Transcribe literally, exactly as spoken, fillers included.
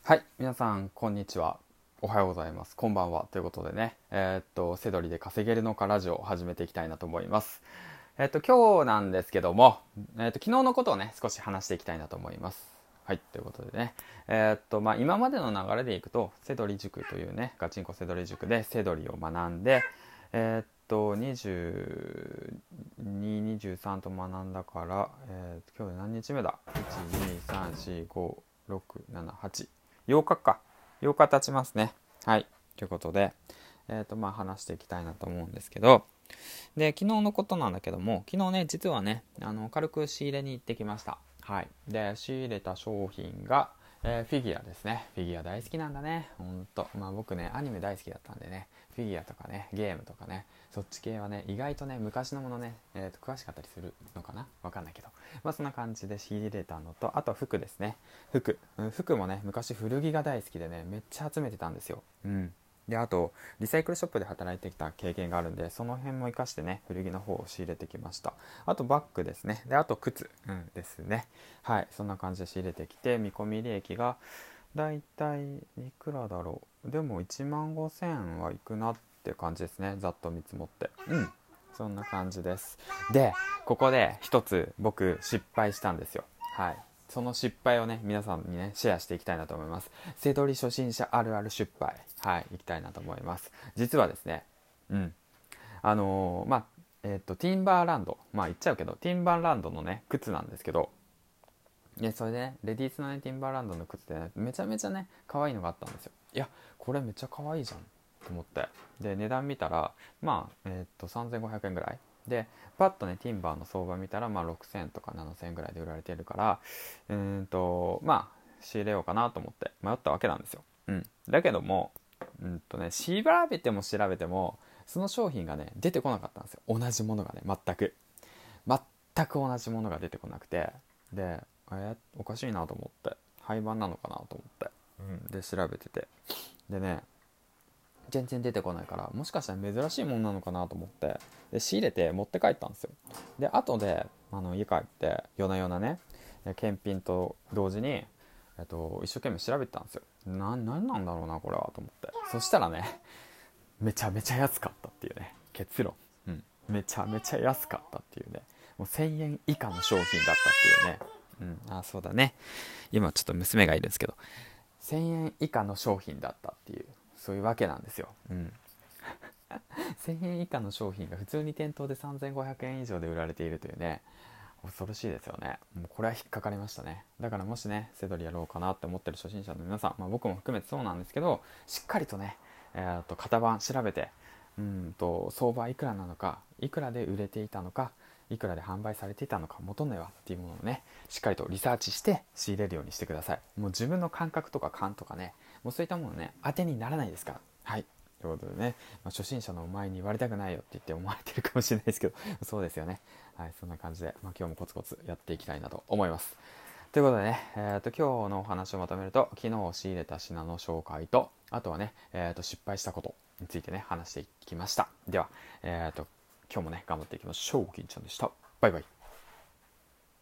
はい、皆さんこんにちは。おはようございます。こんばんは。ということでね、えーっとセドリで稼げるのかラジオを始めていきたいなと思います。えーっと今日なんですけども、えーっと昨日のことをね少し話していきたいなと思います。はい、ということでね、えーっとまあ今までの流れでいくとセドリ塾というねガチンコセドリ塾でセドリを学んで、えーっとにじゅうに、にじゅうさんと学んだから、えー、今日何日目だ ?いち、に、さん、よん、ご、ろく、なな、はちようかかようか経ちますね。はい。ということで、えっ、と、まあ話していきたいなと思うんですけど、で、昨日のことなんだけども、昨日ね、実はね、あの、軽く仕入れに行ってきました。はい。で、仕入れた商品が、えーフィギュアですね。フィギュア大好きなんだね。ほんと。まあ僕ね、アニメ大好きだったんでね、フィギュアとかね、ゲームとかね、そっち系はね、意外とね、昔のものね、えーと、詳しかったりするのかなわかんないけど。まあそんな感じで仕入れたのと、あとは服ですね。服。うん、服もね、昔古着が大好きでね、めっちゃ集めてたんですよ。うん。で、あと、リサイクルショップで働いてきた経験があるんで、その辺も活かしてね、古着の方を仕入れてきました。あとバッグですね。で、あと靴、うん、ですね。はい、そんな感じで仕入れてきて、見込み利益がだいたいいくらだろう。でもいちまんごせんはいくなって感じですね。ざっと見積もって。うん。そんな感じです。で、ここで一つ僕失敗したんですよ。はい。その失敗をね、皆さんにね、シェアしていきたいなと思います。セドリ初心者あるある失敗。はい、いきたいなと思います。実はですね、うん。あのーまあ、えっと、ティンバーランド。まあ言っちゃうけど、ティンバーランドのね、靴なんですけど、で、それでね、レディースのね、ティンバーランドの靴でね、めちゃめちゃね、可愛いのがあったんですよ。いや、これめっちゃ可愛いじゃんと思って。で、値段見たら、まあ、えーっと、さんぜんごひゃくえんぐらい。で、パッとね、ティンバーの相場見たら、まあ、ろくせんとかななせんえんぐらいで売られているから、うーんと、まあ、仕入れようかなと思って迷ったわけなんですよ。うん。だけども、うんとね、調べても調べても、その商品がね、出てこなかったんですよ。同じものがね、全く。全く同じものが出てこなくて。で、えーおかしいなと思って廃盤なのかなと思って、うん、で調べてて、でね全然出てこないから、もしかしたら珍しいものなのかなと思って、で仕入れて持って帰ったんですよ。で後であの家帰って夜な夜なね検品と同時に、えっと、一生懸命調べてたんですよ。な、なんなんだろうなこれはと思って。そしたらね、めちゃめちゃ安かったっていうね、結論。うん。めちゃめちゃ安かったっていうね。もうせんえん以下の商品だったっていうね。うん。あ、そうだね。今ちょっと娘がいるんですけど、せんえん以下の商品だったっていう、そういうわけなんですよ。うん。せんえん以下の商品が普通に店頭でさんぜんごひゃくえん以上で売られているというね、恐ろしいですよね。もうこれは引っかかりましたね。だからもしね、セドリやろうかなって思ってる初心者の皆さん、まあ、僕も含めてそうなんですけど、しっかりとね、えー、と型番調べて、うんと相場いくらなのか、いくらで売れていたのか、いくらで販売されていたのか、元値はっていうものをね、しっかりとリサーチして仕入れるようにしてください。もう自分の感覚とか勘とかね、もうそういったものね、当てにならないですから。はい。ということでね、まあ、初心者のお前に言われたくないよって言って思われてるかもしれないですけど、そうですよね。はい、そんな感じで、まあ、今日もコツコツやっていきたいなと思います。ということでね、えー、と今日のお話をまとめると、昨日仕入れた品の紹介と、あとはね、えー、と失敗したことについてね、話していきました。では、えー、と今日もね、頑張っていきましょう。銀ちゃんでした。バイバイ。